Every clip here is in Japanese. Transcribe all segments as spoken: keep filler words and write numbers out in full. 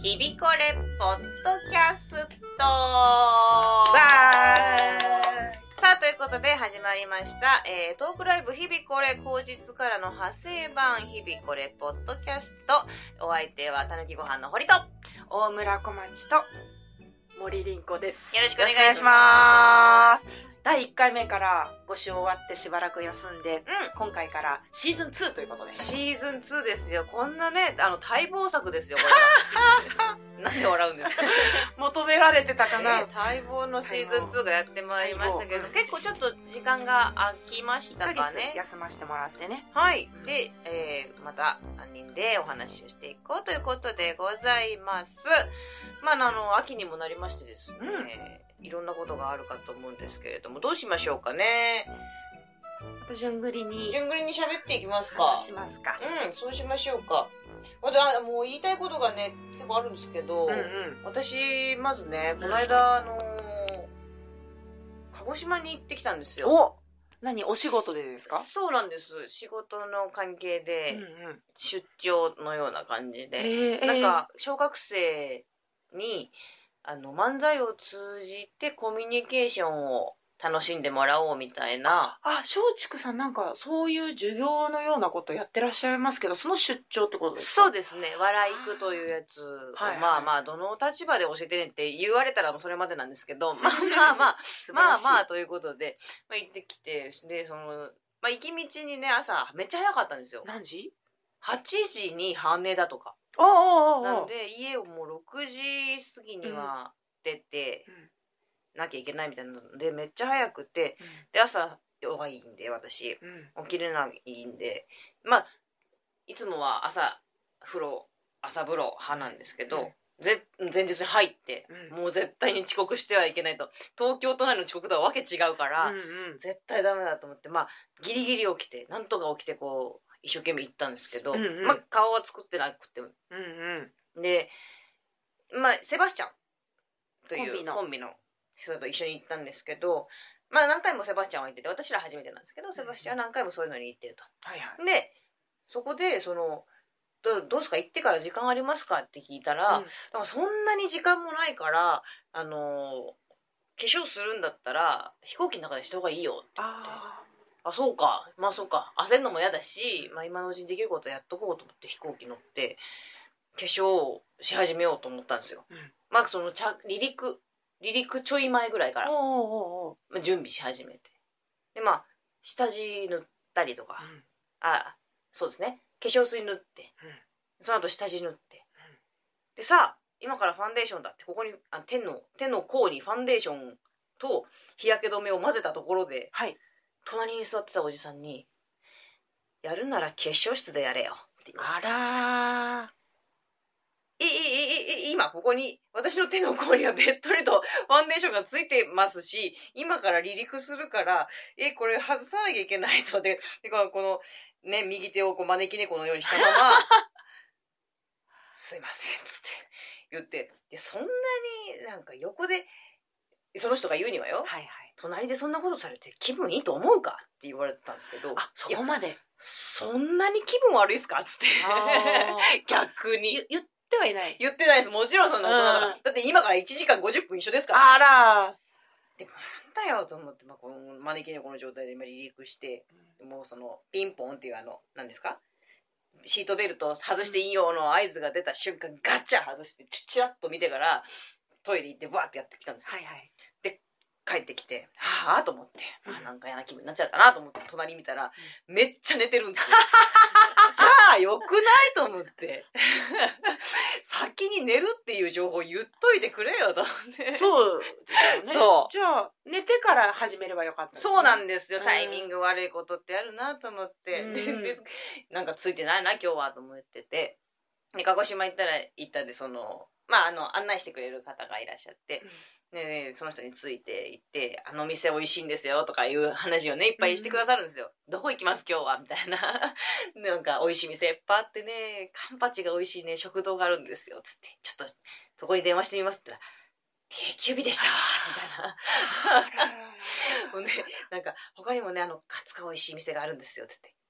ビビコレポッドキャストわーさあということで始まりました、えー、トークライブ日々これ口実からの派生版日々これポッドキャスト。お相手はたぬきごはんの堀と大村小町と森凛子です。 よろしくお願いしよろしくお願いしまますす。だいいっかいめからごし終わってしばらく休んで、 うん今回からシーズンツーということでシーズンツーですよ。こんなねあの待望作ですよこれはなんで笑うんですか求められてたかな、 えー待望のシーズンツーがやってまいりましたけど、 待望結構ちょっと時間が空きまし 1ヶ月たかね。 休ませてもらってね。 はい。で、えー、またさんにんでお話をしていこうということでございます。まあ、あの、秋にもなりましてですね、いろんなことがあるかと思うんですけれども、どうしましょうかね。 順繰りに順繰りに喋っていきますか。 話しますか。 うん、そうしましょうか。また、もう言いたいことがね、結構あるんですけど、 うんうん私、まずね、この間、あのー、鹿児島に行ってきたんですよ。 お何お仕事でですか？ そうなんです。仕事の関係で、 うんうん出張のような感じで、 えーなんか小学生にあの漫才を通じてコミュニケーションを楽しんでもらおうみたいな。 あ、松竹さんなんかそういう授業のようなことやってらっしゃいますけど、その出張ってことですか？ そうですね、笑いくというやつを、 はいはいまあまあどの立場で教えてねって言われたらもうそれまでなんですけど、まあまあまあ素晴らしいまあまあということで、まあ、行ってきて、でその、まあ、行き道にね朝めっちゃ早かったんですよ。 何時？ はちじに羽田とかおうおうおうなんで家をもうろくじ過ぎには出てなきゃいけないみたいなのでめっちゃ早くて、で朝弱いんで私うんうん起きれないんで、まあいつもは朝風呂朝風呂派なんですけど、ぜ前日に入って、 うんもう絶対に遅刻してはいけないと、東京都内の遅刻とはわけ違うから、 うんうん絶対ダメだと思って、まあギリギリ起きてなんとか起きてこう一生懸命行ったんですけど、 うんうんまあ顔は作ってなくてもうんうんで、まあ、セバスチャンというコンビのコンビの人と一緒に行ったんですけど、まあ何回もセバスチャンは行ってて、私ら初めてなんですけど、セバスチャンは何回もそういうのに行ってると。 はいはいで、そこで、その、どどうですか行ってから時間ありますかって聞いたら、 うんなんかそんなに時間もないから、あの、化粧するんだったら飛行機の中でした方がいいよって言って。 ああ、そうか。まあそうか。焦るのも嫌だし、まあ今のうちにできることやっとこうと思って飛行機乗って、化粧をし始めようと思ったんですよ。 うんまあその離陸、離陸ちょい前ぐらいから、 ーおうおうおうおうまあ、準備し始めて。でまあ、下地塗ったりとか、 うんあ、そうですね。化粧水塗って、その後下地塗って。でさあ、今からファンデーションだって、ここにあ手の、手の甲にファンデーションと日焼け止めを混ぜたところで、 はい隣に座ってたおじさんに、やるなら化粧室でやれよって言われたんですよ。 あらえ、え、え、え、今ここに、私の手の甲にはべっとりとファンデーションがついてますし、今から離陸するから、え、これ外さなきゃいけないと。で、でこの、このね、右手をこう招き猫のようにしたまま、すいません、つって言って、で、そんなになんか横で、その人が言うにはよ、 はいはい隣でそんなことされて気分いいと思うかって言われてたんですけど、 あそいやこまでそんなに気分悪いっすかつってあー逆に言言ってはいない言ってないです。もちろんそんな大人だから、 うんだって今からいちじかんごじゅっぷん一緒ですから。 あらでもなんだよと思って、まあ、この招き猫の状態で今離陸して、もうそのピンポンっていうあの何ですか、シートベルト外していいよの合図が出た瞬間、ガチャ外してチチラッと見てからトイレ行ってバーってやってきたんですよ。 はいはい帰ってきて、はぁと思って、まあ、なんか嫌な気分になっちゃったなと思って隣見たら、めっちゃ寝てるんですよ。じゃあよくないと思って先に寝るっていう情報言っといてくれよと思ってそうだよねそうじゃあ寝てから始めればよかったですねそうなんですよ。 うんタイミング悪いことってあるなと思って、 うんででなんかついてないな今日はと思ってて、で鹿児島行ったら行ったで、そのまああの案内してくれる方がいらっしゃって、でね、その人について行って、あの店美味しいんですよとかいう話をねいっぱいしてくださるんですよ。うん、どこ行きます今日はみたいななんか美味しい店いっぱいあってね、カンパチが美味しいね食堂があるんですよつって、ちょっとそこに電話してみますって言ったら、定休日でしたわみたいなほんでなんか他にもねあのカツが美味しい店があるんですよつって、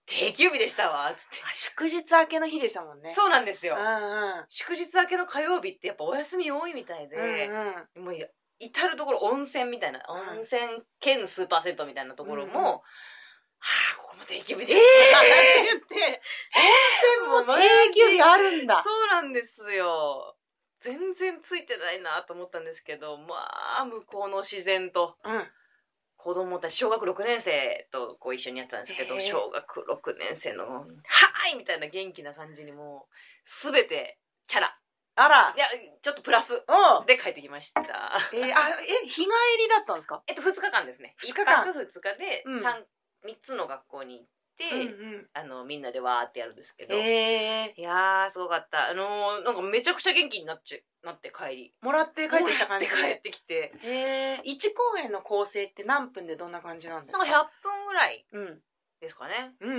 定休日でしたわつって。 あ、祝日明けの日でしたもんね。 そうなんですよ、 うんうん。 祝日明けの火曜日ってやっぱお休み多いみたいで、 うんうん、 もう至る所温泉みたいな、 うん温泉兼スーパー銭湯みたいなところも、 うんうん、 はあここも定休日です、 えー、 って言って温泉も定休日あるんだ。 そうなんですよ。全然ついてないなと思ったんですけど、まあ向こうの自然と、 うん、 子供たち小学ろくねん生とこう一緒にやってたんですけど、 えー、 小学ろくねん生の「はーい!」みたいな元気な感じにもう全てチャラ、 あら、 いやちょっとプラスおで帰ってきました。 えー、あ、え、日帰りだったんですか？ えっとふつかかんですね。 ふつかかんいっぱくふつかでうん 3, 3つの学校に行って、 うんうん、 あのみんなでわーってやるんですけど、 えー、 いやーすごかった。あのー、なんかめちゃくちゃ元気になっちなって帰りもらって帰ってきた感じで。 もらって帰ってきて、 えー、いち公演の構成って何分でどんな感じなんですか？ なんかひゃっぷんぐらいうんですかね。 うんうん、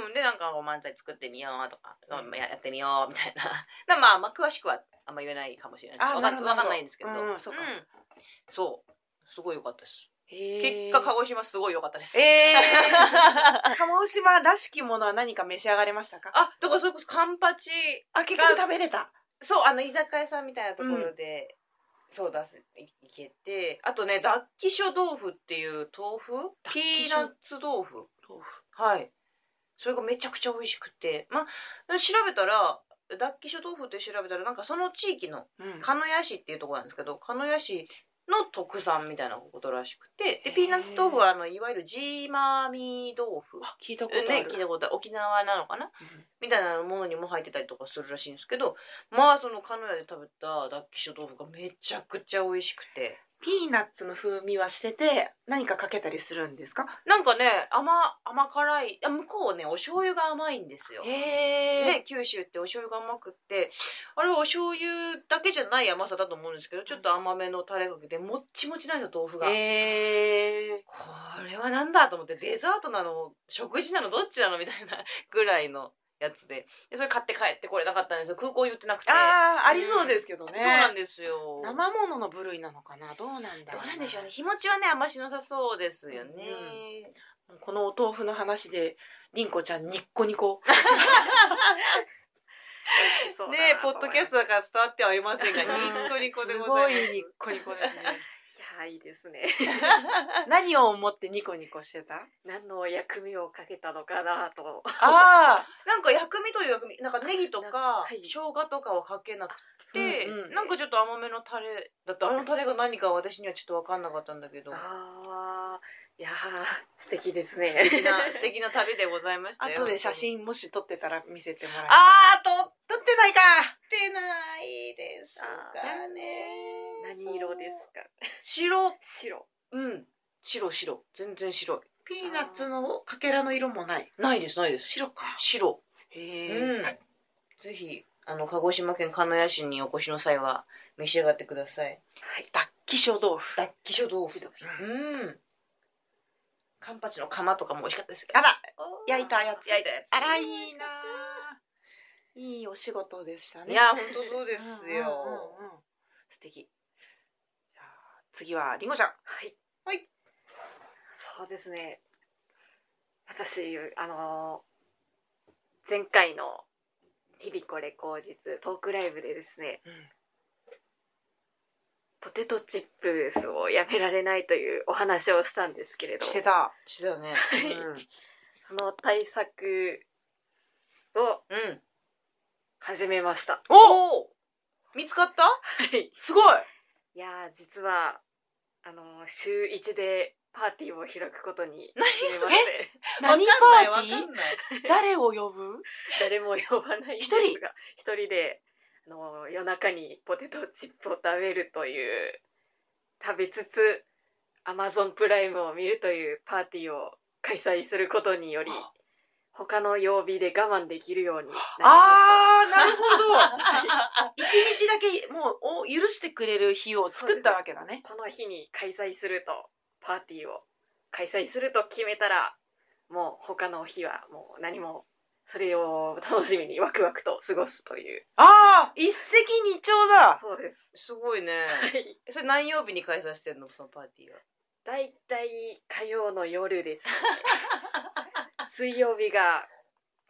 うん、でなんか漫才作ってみようとか、うん、やってみようみたいな。だまあまあ詳しくはあんま言えないかもしれないですけど、わかんわかんないんですけど、 うんうん、そうか、 うん、そうすごい良かったです。 えー、 結果鹿児島すごい良かったです。 えー、鹿児島らしきものは何か召し上がれましたか？ あ、だからそれこそカンパチ、 あ、結局食べれた。 そうあの居酒屋さんみたいなところで、うん、そう出すいけて、あとねダッキショ豆腐っていう豆腐、ピーナッツ豆腐、 豆腐、 はい、それがめちゃくちゃ美味しくて、まあ調べたらダッキショ豆腐って調べたらなんかその地域の鹿屋市っていうところなんですけど、鹿屋市の特産みたいなことらしくて、でピーナッツ豆腐はあのいわゆるジーマーミー豆腐、 あ、聞いたことある、 ね、聞いたことある、沖縄なのかな、 うん、 みたいなものにも入ってたりとかするらしいんですけど、まあその鹿屋で食べたダッキショ豆腐がめちゃくちゃ美味しくて、 ピーナッツの風味はしてて何かかけたりするんですか？ なんかね甘甘辛い、あ向こうねお醤油が甘いんですよ。 へー、 ね、九州ってお醤油が甘くって、あれはお醤油だけじゃない甘さだと思うんですけど、ちょっと甘めのタレかけてもっちもちなんですよ豆腐が。 へー、 これはなんだと思って、デザートなの食事なのどっちなのみたいなぐらいのやつで、でそれ買って帰ってこれなかったんですよ。空港に売ってなくて。 あー、ありそうですけどね、 うん、そうなんですよ。 生ものの部類なのかな、どうなんだろうな。 どうなんでしょうね。日持ちはねあんましなさそうですよね、 うん、このお豆腐の話でりんこちゃんニッコニコねえポッドキャストだから伝わってはありませんがニッコニコでございます。 すごいニッコニコですね。 いやいいですね。 何を思ってニコニコしてた？ 何の薬味をかけたのかなと。 ああ、 なんか薬味という薬味、なんかネギとか、 はい、 生姜とかはかけなくて、 うんうん、 なんかちょっと甘めのタレだって、あのタレが何か私にはちょっと分かんなかったんだけど、 あー、いやー素敵ですね。 素敵な素敵な旅でございましたよ。 後で写真もし撮ってたら見せてもらえあー撮っ撮ってないかてないですかね。 何色ですか？ 白。 白。 うん白白全然白い。 ピーナッツのかけらの色もない？ ないですないです。 白か。 白。 へえ、 うん、ぜひあの鹿児島県鹿屋市にお越しの際は召し上がってください。 はい、ダッキショ豆腐。 ダッキショ豆腐。うん。カンパチの釜とかも美味しかったですよ。 あら、焼いたやつ。 焼いたやつ。 あらいいな。いいお仕事でしたね。 いや本当そうですよ。 うんうんうんうん、素敵。じゃあ次はりんごちゃん。 はいはい。 そうですね。私あの前回の日々これ口実トークライブでですね、うん、ポテトチップスをやめられないというお話をしたんですけれど。 してた。 してたね。 うん、その対策を始めました。 うん、おお。見つかった？ はい。 すごい。 いやー実はあの週一でパーティーを開くことに決めまして。 何パーティー？誰を呼ぶ？ 誰も呼ばないんですが、一人一人であの夜中にポテトチップを食べるという食べつつアマゾンプライムを見るというパーティーを開催することにより他の曜日で我慢できるようになりました。 あー、なるほど。一日だけもう許してくれる日を作ったわけだね。 この日に開催するとパーティーを開催すると決めたらもう他の日はもう何もそれを楽しみにワクワクと過ごすという。 ああ、一石二鳥だ。 そうです。 すごいね。はい、それ何曜日に開催してんのそのパーティーは？ だいたい火曜の夜です、ね。水曜日が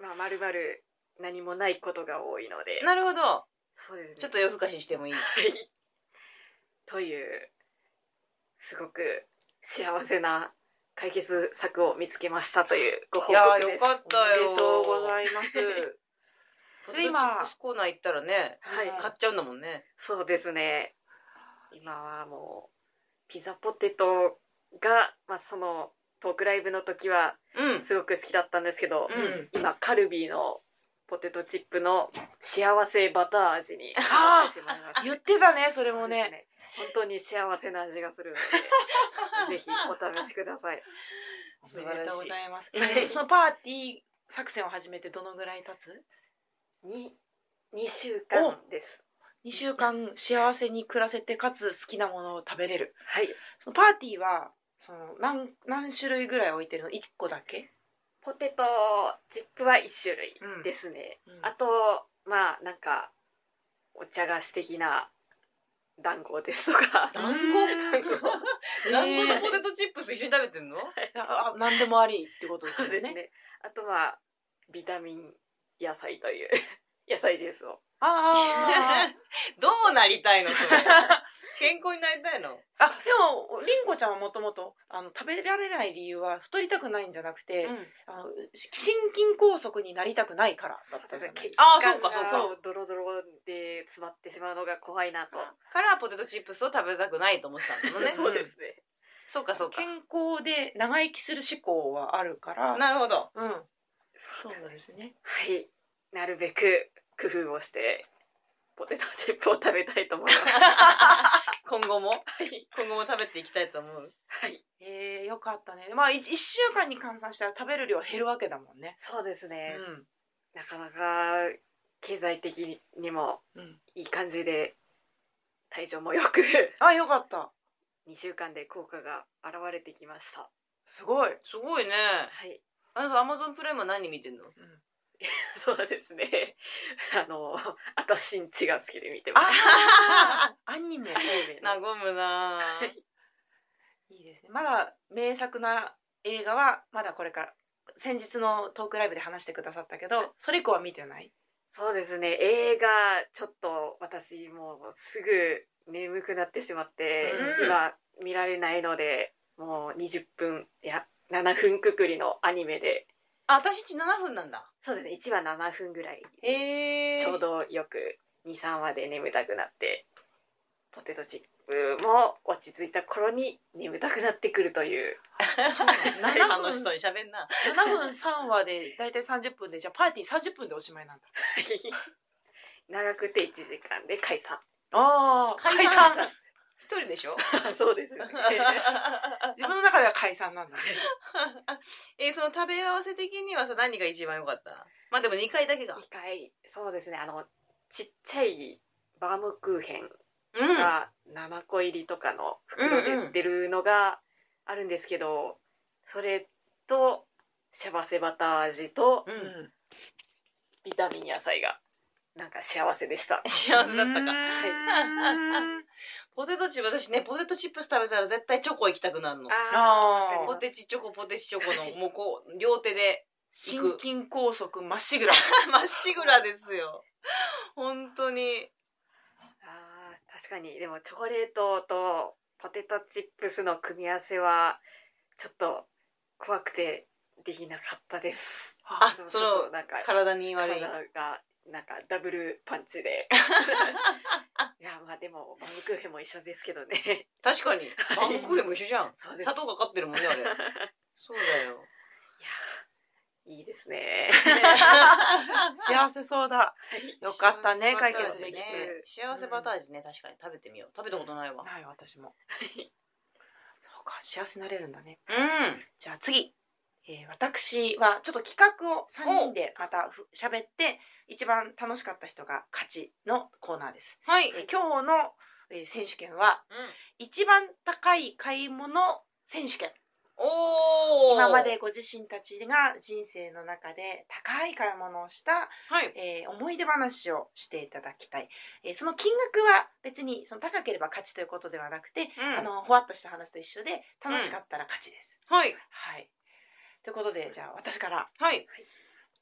まあ、まるまる何もないことが多いので。 なるほど。 そうですね。 ちょっと夜更かししてもいいし。 はい。という、すごく幸せな解決策を見つけましたというご報いや告です。 ーよかったよ。 おめでとうございます。 ポテトチップスコーナー行ったらね、 はい買っちゃうんだもんね。 そうですね。今はもう、ピザポテトが、まあ、そのトークライブの時はうん。 すごく好きだったんですけど、 うん今カルビーのポテトチップの幸せバター味にあなってしまいました。 言ってたね、それもそうですね。 本当に幸せな味がするので、ぜひお試しください。 おめでとうございます。えはいーそのパーティー作戦を始めてどのぐらい経つ？ に、にしゅうかんです。 にしゅうかん幸せに暮らせて、かつ好きなものを食べれる。 はい。 そのパーティーはその何何種類ぐらい置いてるの？いっこだけ？ ポテトチップはいち種類ですね。 うんうんあと、まあなんか、お茶菓子的な団子ですとか。 団子団子団子とポテトチップス一緒に食べてんの？ ああ、何でもありってことですよね。 そうですね。あとは、ビタミン野菜という野菜ジュースを。 あどうなりたいのそれ。健康になりたいの？ あ、あ、でもりんごちゃんはもともとあの食べられない理由は太りたくないんじゃなくて、 うんあの心筋梗塞になりたくないからだったじゃない。 あーそうかそうかそうドロドロで詰まってしまうのが怖いなと。 からポテトチップスを食べたくないと思ってたんだもんね。 そうですね。 そうかそうか。 健康で長生きする思考はあるから。 なるほど。 うん。そうですね。 はい。なるべく工夫をしてポテトチップを食べたいと思います。 今後もはい。 今後も食べていきたいと思う。 はい。 えー、よかったね。まあいいっしゅうかんに換算したら食べる量減るわけだもんね。 そうですね。 うん。 なかなか経済的にもうん。 いい感じで体調もよくあ、よかった。 にしゅうかんで効果が現れてきました。 すごい。 すごいね。 はい。 あのアマゾンプライムは何見てんの？ うん。 そうですね。あの、私んちが好きで見てます。 あーアニメ。 アニメの和むなぁ。 いいですね。まだ名作な映画はまだこれから。先日のトークライブで話してくださったけど、それ以降は見てない？ そうですね。映画、ちょっと私もうすぐ眠くなってしまって、 うん今見られないので、もうにじゅっぷん、いや、ななふんくくりのアニメで、 あ、私んちななふんなんだ。 そうですね。いちわななふんぐらい、 へー。 ちょうどよくに、さんわで眠たくなって、ポテトチップも落ち着いた頃に眠たくなってくるという。 なな楽しそうに喋んな。 ななふんさんわでだいたいさんじゅっぷんで、じゃあパーティーさんじゅっぷんでおしまいなんだ。 長くていちじかんで解散。 ああ、 解解散散。 一人でしょ？ そうですね。 自分の中では解散なんだね。 えーその食べ合わせ的にはさ何が一番良かった？まあでもにかいだけか。 にかい、そうですね。あの、ちっちゃいバームクーヘンうん。 がななこ入りとかの袋で売ってるのがあるんですけど、それとシャバセバター味とう。 うんん。 ビタミン野菜がなんか幸せでした。 幸せだったか。 はい。 ポテトチップ、私ね、ポテトチップス食べたら絶対チョコ行きたくなるの。 あーポテチチョコ、ポテチチョコの、もうこう、両手で、 心筋梗塞まっしぐら。 まっしぐらですよ。本当に。 あー確かに。でもチョコレートとポテトチップスの組み合わせはちょっと怖くてできなかったです。 あでもそちょっとのなんか体に悪い。 体がなんかダブルパンチでいやまあでもバームクーヘンも一緒ですけどね。 確かに。バームクーヘンも一緒じゃん。 そうです。 砂糖かかってるもんね、あれ。そうだよ。 いやいいですね。 幸せそうだ。よかったね、解決できて。 ね幸せバター味ね、確かに食べてみよう。食べたことないわ。 ない私も。そうか、幸せになれるんだね。 うん。 じゃあ次、えー私はちょっと企画をさんにんでまたふ喋って一番楽しかった人が勝ちのコーナーです。 はい。 えー今日の、えー選手権は一番高い買い物選手権。 おー。 今までご自身たちが人生の中で高い買い物をした、 はい。 えー思い出話をしていただきたい。えーその金額は別にその高ければ勝ちということではなくて、 うんあのほわっとした話と一緒で楽しかったら勝ちです。 はい。 はい。ということで、じゃあ私から。 はい。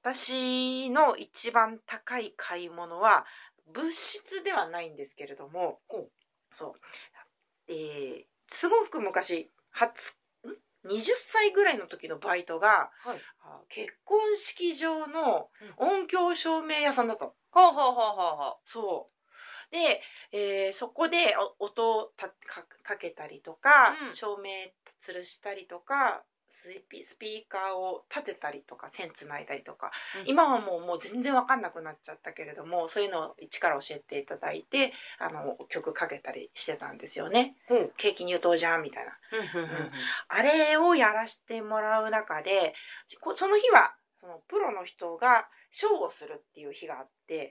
私の一番高い買い物は物質ではないんですけれども、そう、えー、すごく昔はつにじゅっさいぐらいの時のバイトが、 はい、 結婚式場の音響照明屋さんだったの。 ほうほうほうほうほう。 そうで、えー、そこで音をた か, かけたりとか、 うん、 照明吊るしたりとか、スピ, スピーカーを立てたりとか線つないだりとか、うん、今はもうもう全然分かんなくなっちゃったけれども、そういうのを一から教えていただいて、あの曲かけたりしてたんですよね。うん、ケーキ入刀じゃんみたいな、うんうん、あれをやらせてもらう中で、その日はそのプロの人がショーをするっていう日があって、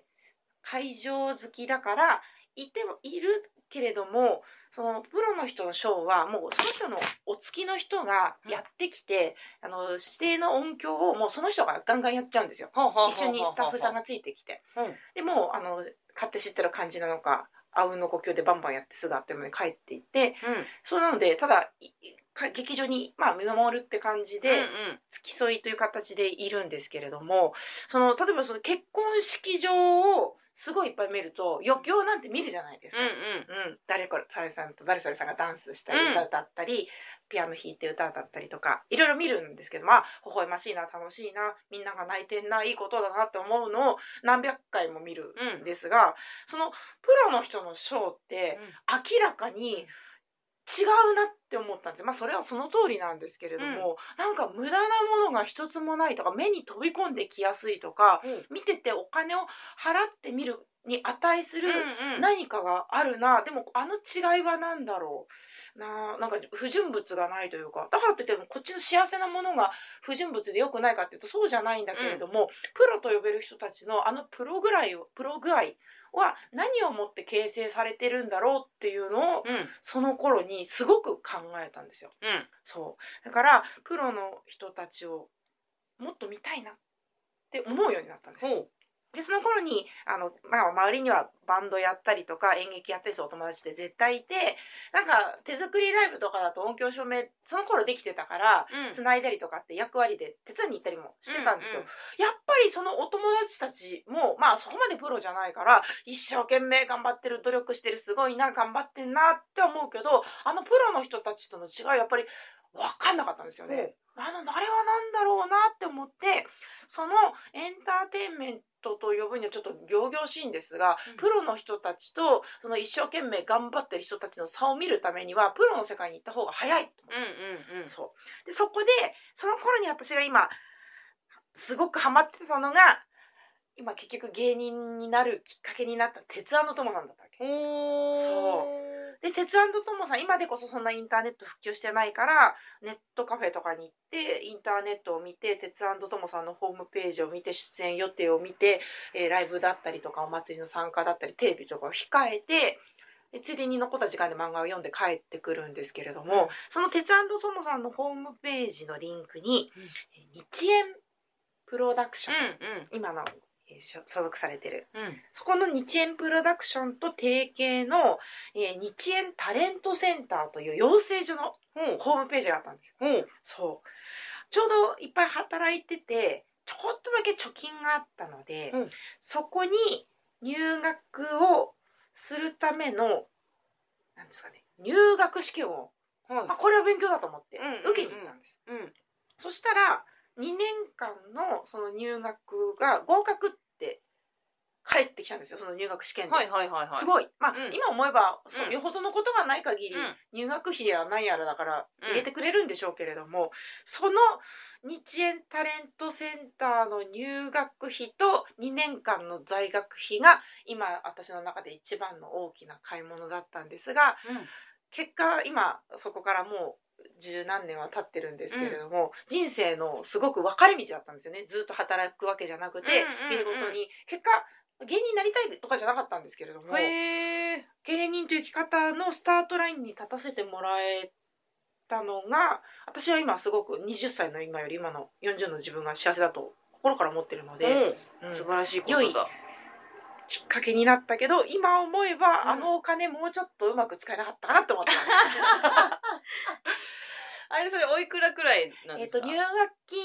会場好きだからいてもいるけれども、そのプロの人のショーはもうその人のお付きの人がやってきて、うん、あの指定の音響をもうその人がガンガンやっちゃうんですよ。一緒にスタッフさんがついてきて、うん、でもうあの勝手知ってる感じなのか、あうんの呼吸でバンバンやってすぐあっという間に帰っていって、うん、そうなのでただ劇場に、まあ、見守るって感じで、うんうん、付き添いという形でいるんですけれども、その例えばその結婚式場をすごいいっぱい見ると余興なんて見るじゃないですか、うんうんうん、誰かそれさんと誰それさんがダンスしたり歌歌ったり、うん、ピアノ弾いて歌歌ったりとかいろいろ見るんですけど、まあ微笑ましいな、楽しいな、みんなが泣いてんな、いいことだなって思うのを何百回も見るんですが、うん、そのプロの人のショーって明らかに違うなって思ったんですよ。まあそれはその通りなんですけれども、うん、なんか無駄なものが一つもないとか、目に飛び込んできやすいとか、うん、見ててお金を払ってみるに値する何かがあるな、うんうん、でもあの違いは何だろうな、なんか不純物がないというか、だからといってもこっちの幸せなものが不純物で良くないかっていうとそうじゃないんだけれども、うん、プロと呼べる人たちのあのプロぐらいをプロ具合は何をもって形成されてるんだろうっていうのを、うん、その頃にすごく考えたんですよ、うん、そうだからプロの人たちをもっと見たいなって思うようになったんですよ。でその頃にあの、まあ、周りにはバンドやったりとか演劇やったりするお友達って絶対いて、なんか手作りライブとかだと音響照明その頃できてたから、うん、繋いだりとかって役割で手伝いに行ったりもしてたんですよ、うんうん、やっぱりそのお友達たちもまあそこまでプロじゃないから一生懸命頑張ってる、努力してる、すごいな、頑張ってんなって思うけど、あのプロの人たちとの違いはやっぱり分かんなかったんですよね、うん、あのあれは何だろうなって思って、そのエンターテインメントと呼ぶにはちょっと仰々しいんですが、うん、プロの人たちとその一生懸命頑張ってる人たちの差を見るためにはプロの世界に行った方が早いと思って、うんうんうん、そうでそこでその頃に私が今すごくハマってたのが、今結局芸人になるきっかけになったテツａｎｄトモさんだったわけ。そうでテツａｎｄトモさん、今でこそそんなインターネット普及してないからネットカフェとかに行ってインターネットを見てテツａｎｄトモさんのホームページを見て出演予定を見て、えー、ライブだったりとかお祭りの参加だったりテレビとかを控えて、でついでに残った時間で漫画を読んで帰ってくるんですけれども、うん、そのテツaｎｄトモさんのホームページのリンクに、うん、日円プロダクション、うんうん、今の所属されてる、うん、そこの日円プロダクションと提携の、えー、日円タレントセンターという養成所のホームページがあったんですよ、うん、そうちょうどいっぱい働いててちょこっとだけ貯金があったので、うん、そこに入学をするためのなんですかね、入学試験を、はい、まあ、これは勉強だと思って受けに行ったんです、うんうんうん、そしたらにねんかんのその入学が合格って返ってきたんですよ、その入学試験で、はいはいはいはい、すごい、まあ、うん、今思えばそう、うん、よほどのことがない限り、うん、入学費や何やらだから入れてくれるんでしょうけれども、うん、その日円タレントセンターの入学費とにねんかんの在学費が今私の中で一番の大きな買い物だったんですが、うん、結果今そこからもう十何年は経ってるんですけれども、うん、人生のすごく分かれ道だったんですよね。ずっと働くわけじゃなくて、うんうんうん、芸事に結果芸人になりたいとかじゃなかったんですけれども、へ芸人という生き方のスタートラインに立たせてもらえたのが、私は今すごくはたちの今より今のよんじゅうの自分が幸せだと心から思ってるので、うんうん、 素晴らしいことだ。良いきっかけになったけど、今思えば、うん、あのお金もうちょっとうまく使えなかったかなって思ってますあれそれおいくらくらいなんですか？ えっと入学金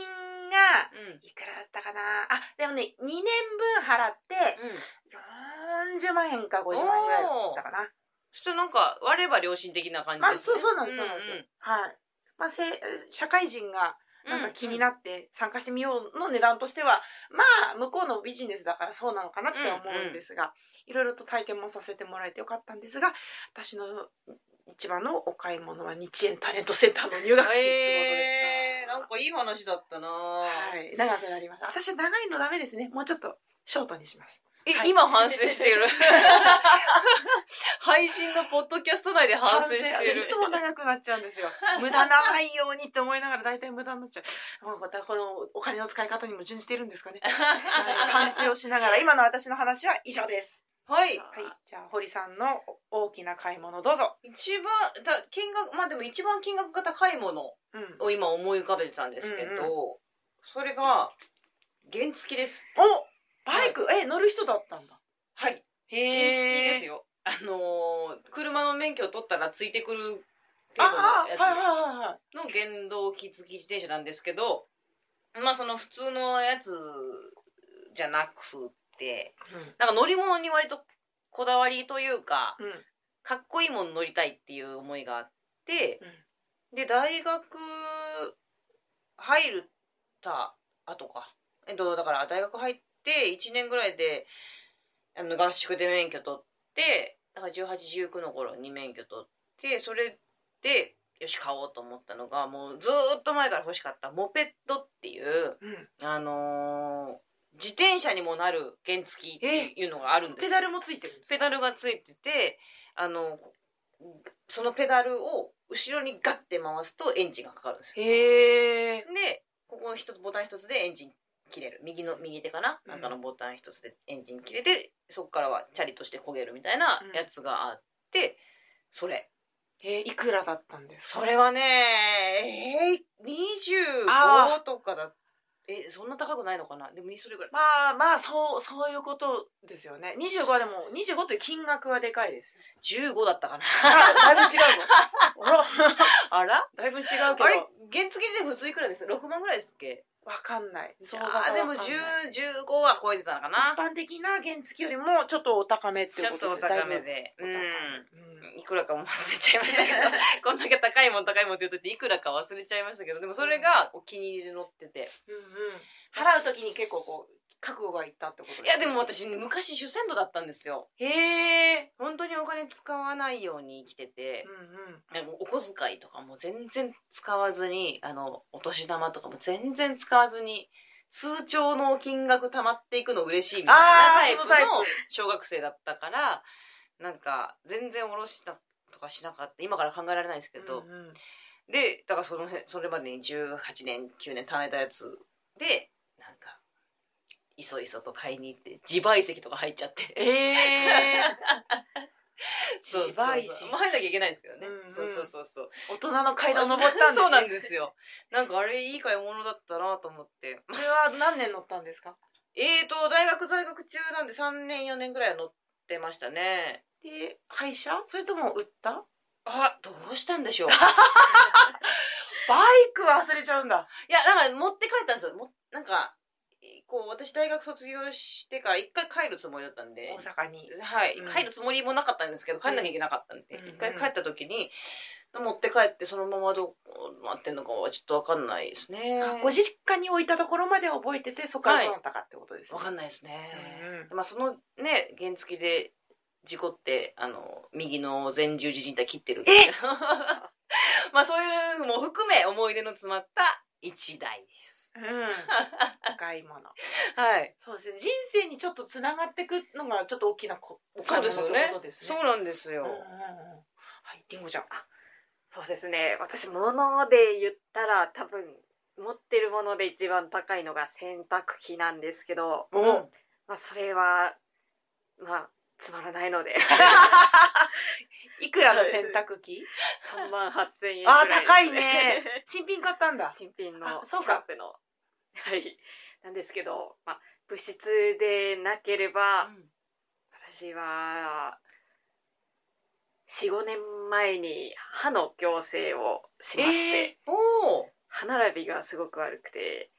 がうんいくらだったかなあ、でもねにねんぶん払ってよんじゅうまんえんかごじゅうまん円ぐらいだったかな。 そしてなんか割れば良心的な感じまあですね。 そうそうなんです、そうなんですよ。はい。まあせ社会人がなんか気になって参加してみようの値段としては、まあ向こうのビジネスだからそうなのかなって思うんですが、いろいろと体験もさせてもらえてよかったんですが、私の一番のお買い物は日円タレントセンターの入学費ってことでえー、なんかいい話だったな。 はい、長くなりました。私は長いのダメですね。もうちょっとショートにします。 え、 はい今反省してる。配信のポッドキャスト内で反省してる。 いつも長くなっちゃうんですよ。無駄なないようにって思いながら大体無駄になっちゃう。もうまたこのお金の使い方にも準じているんですかね。はい、反省をしながら今の私の話は以上です。 はい。 はい、じゃあ堀さんの大きな買い物どうぞ。 一番だ金額まあでも一番金額が高いものうん、 を今思い浮かべてたんですけど、 うんうそれが原付きです。 お、バイク、え乗る人だったんだ。 はい。 へ原付きですよ。 よ。あのー車の免許を取ったらついてくる程あ度のあ、 やつはいはいはいはい。 の原動機付き自転車なんですけど、まあその普通のやつじゃなくて、なんか乗り物に割とこだわりというか、 うん、うん、 かっこいいもの乗りたいっていう思いがあって、で大学入った後か、えっとだから大学入っていちねんぐらいであの合宿で免許取って、だからじゅうはち、じゅうきゅうの頃に免許取って、それでよし買おうと思ったのが、もうずーっと前から欲しかったモペットっていううん。 あのー自転車にもなる原付きっていうのがあるんですよ。 ペダルもついてるんですか？ ペダルがついてて、あのそのペダルを後ろにガッて回すとエンジンがかかるんですよ。 へえ。 でここの一つボタン一つでエンジン切れる、右の右手かな、 うんなんかのボタン一つでエンジン切れて、そこからはチャリとして焦げるみたいなやつがあって、それえー、いくらだったんですか？ それはねえー、にじゅうごとかだ。えそんな高くないのかな。でもそれぐらい。 まあまあそうそういうことですよね。にじゅうごはでもにじゅうごという金額はでかいですよ。 じゅうごだったかな。 あだいぶ違うぞ。あらあらだいぶ違うけど。 あれ原付で普通いくらですろくまんぐらいですっけ。 わかんない。 じゃあでもじゅう、じゅうごは超えてたのかな。 一般的な原付よりもちょっとお高めっていうことで。 ちょっとお高めで。 だいぶお高め。 うん。いくらかも忘れちゃいましたけど、こんだけ高いもん高いもんって言うとっていくらか忘れちゃいましたけど、でもそれがお気に入りで乗ってて。 うんうん。払うときに結構こう覚悟がいったってことです、ね。 いやでも私昔主戦度だったんですよ。 へえ。 本当にお金使わないように生きてて、 うんうん、 お小遣いとかも全然使わずに、あのお年玉とかも全然使わずに通帳の金額貯まっていくの嬉しいみたいなタイプの小学生だったから、なんか全然下ろしたとかしなかった、今から考えられないですけど、 うんうん、 でだからそのそれまでにじゅうはちねんきゅうねん貯めたやつでなんかいそいそと買いに行って自賠責とか入っちゃって、 えー、 そうそうそう、 自賠責まあ入んなきゃいけないんですけどね、 うんうん、 そうそうそうそう、 大人の階段登ったんですね。 そうなんですよ。なんかあれいい買い物だったなと思って。 それは何年乗ったんですか？ えーと大学在学中なんでさんねんよねんぐらいは乗ってましたね。 で廃車それとも売った？ あ、どうしたんでしょう。 バイク忘れちゃうんだ。 いやなんか持って帰ったんですよ。もなんかこう私大学卒業してから一回帰るつもりだったんで、 大阪に、 はい、 うん、 帰るつもりもなかったんですけど帰んなきゃいけなかったんで、 うん、 一回帰った時に持って帰ってそのままどこ待ってんのかはちょっと分かんないですね。 ご実家に置いたところまで覚えててそこからどうなったかってことですね。 分かんないですね、 うんうん、 まあそのね原付で事故ってあの右の前十字靭帯切ってるんですけどまあそういうのも含め思い出の詰まった一台です。 うん、お買い物。 はい。 そうですね。人生にちょっとつながっていくのがちょっと大きなこお買い物ってことですね。 そうなんですよ。 うんうんうん、はい、りんごちゃん。あ、 そうですね。私物で言ったら多分持ってるもので一番高いのが洗濯機なんですけど、 うん、 まあそれはまあつまらないので。 いくらの洗濯機？ さんまんはっせんえんぐらいですね。 あ、高いね。新品買ったんだ。 新品のシャープの。はい。なんですけど、まあ、物質でなければ、うん、私は、よん、ごねんまえに歯の矯正をしまして、 えー、お歯並びがすごく悪くて、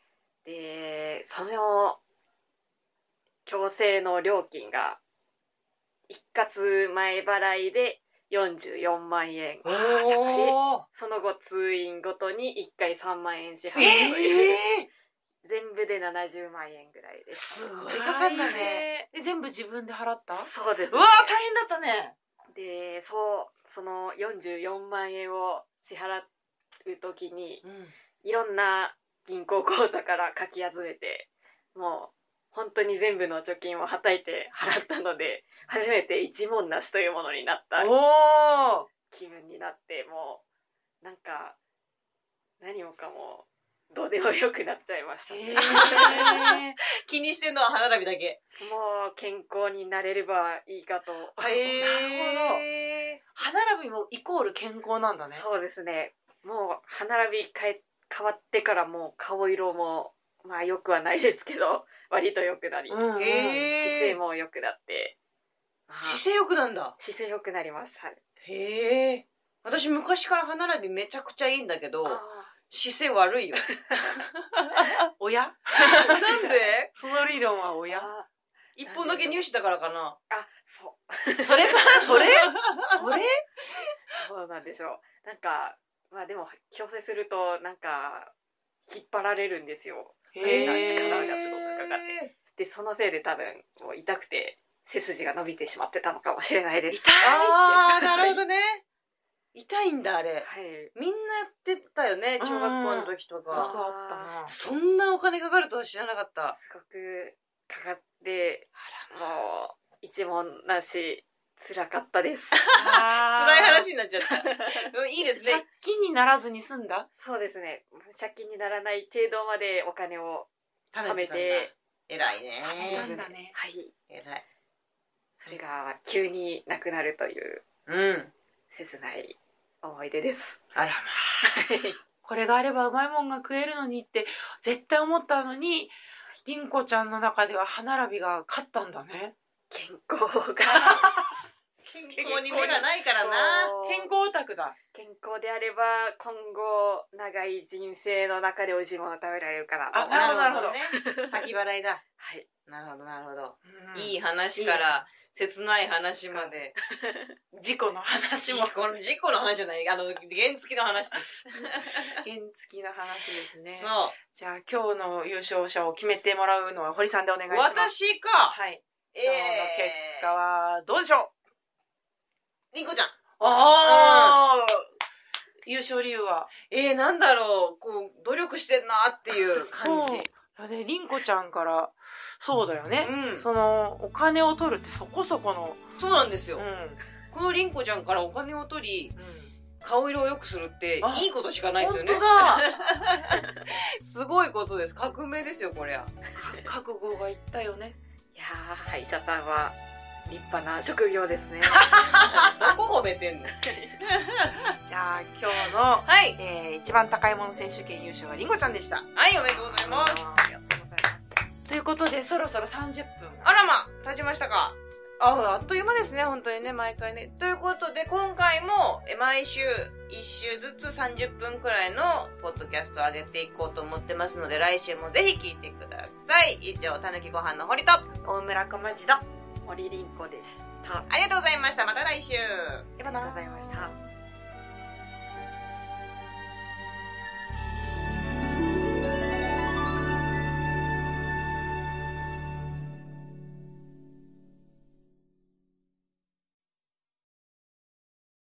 でその矯正の料金が一括前払いでよんじゅうよんまんえん。 おでーその後通院ごとにいっかいさんまんえん支払うとえいう、 え全部でななじゅうまんえんぐらいですすごいかかんだね。 で全部自分で払った？ そうです、ね、 うわー大変だったね。 でそうそのよんじゅうよんまんえんを支払う時にうんいろんな銀行口座からかき集めて、もう本当に全部の貯金をはたいて払ったので、初めて一文なしというものになったおお。 気分になって、もうなんか何もかもどうでもよくなっちゃいましたね。 へ気にしてんのは歯並びだけ。 もう健康になれればいいかと。 へえ。 歯並びもイコール健康なんだね。 そうですね。もう歯並び変え変わってからもう顔色もまあ良くはないですけど割と良くなり、 うんうん、 へ姿勢え。 も良くなって、まあ姿勢良くなんだ。 姿勢良くなりました。 へえ。私昔から歯並びめちゃくちゃいいんだけど、 あ姿勢悪いよ。 親？ なんで？ その理論はー親？ あ一本だけ入試だからかな。 あそうそれかな？それ？それ？ そうなんでしょう。なんかまあでも矯正するとなんか引っ張られるんですよ。 へ力え。 がすごくかかってでそのせいで多分もう痛くて背筋が伸びてしまってたのかもしれないです。 痛いああ、なるほどね。痛いんだあれ。 はい。 みんなやってたよね、小学校の時とよくか。 あったそんなお金かかるとは知らなかった。 すごくかかってもう一文なし辛かったです。 な。 辛いあー話になっちゃった。うんいいです借ね。 金にならずに済んだ？ そうですね。借金にならない程度までお金を貯め食べてたんだ。 て、 偉いね。 なんだね。 はい。 偉い。 それが急になくなるといううん。 切ない思い出です。 あらまこれがあればうまいもんが食えるのにって絶対思ったのに、りんこちゃんの中では歯並びが勝ったんだね。 健康が健康に目がないからな。 健康オタクだ。 健康であれば今後長い人生の中で美味しいものを食べられるから。 あなるほどなるほどね。先払いだ。 はい。 なるほどなるほど。 うんいい話から切ない話まで。 事故の話事も故の事故の話じゃない。あの原付の話です。 原付の話ですね。 そう。 じゃあ今日の優勝者を決めてもらうのは堀さんでお願いします。 私か。 はい。 え今日の結果はどうでしょう？ りんこちゃん。 ああ、優勝理由は？ えー、なんだろう。こう努力してんなっていう感じ。 そういやね、りんこちゃんからそうだよね、 うんそのお金を取るってそこそこの、 そうなんですよ。 うんこのりんこちゃんからお金を取り、 うん、 顔色を良くするってあいいことしかないですよね。 本当だすごいことです。革命ですよこりゃ。 か覚悟がいったよね。 いやー歯医者さんは立派な職業ですね。 どこ褒めてんの？ じゃあ今日の、 はいえー、一番高いもの選手権優勝はりんごちゃんでした。 はいおめでとうございます。 ありがとうございます。 ということでそろそろさんじゅっぷん。 あらま経ちましたか。ああっという間ですね本当にね毎回ね。ということで今回もえ毎週いっ週ずつさんじゅっぷんくらいのポッドキャストを上げていこうと思ってますので来週もぜひ聞いてください。以上たぬきご飯の堀と大村小町だ。 森凛子でした。 ありがとうございました。また来週。 ではなありがとうございました。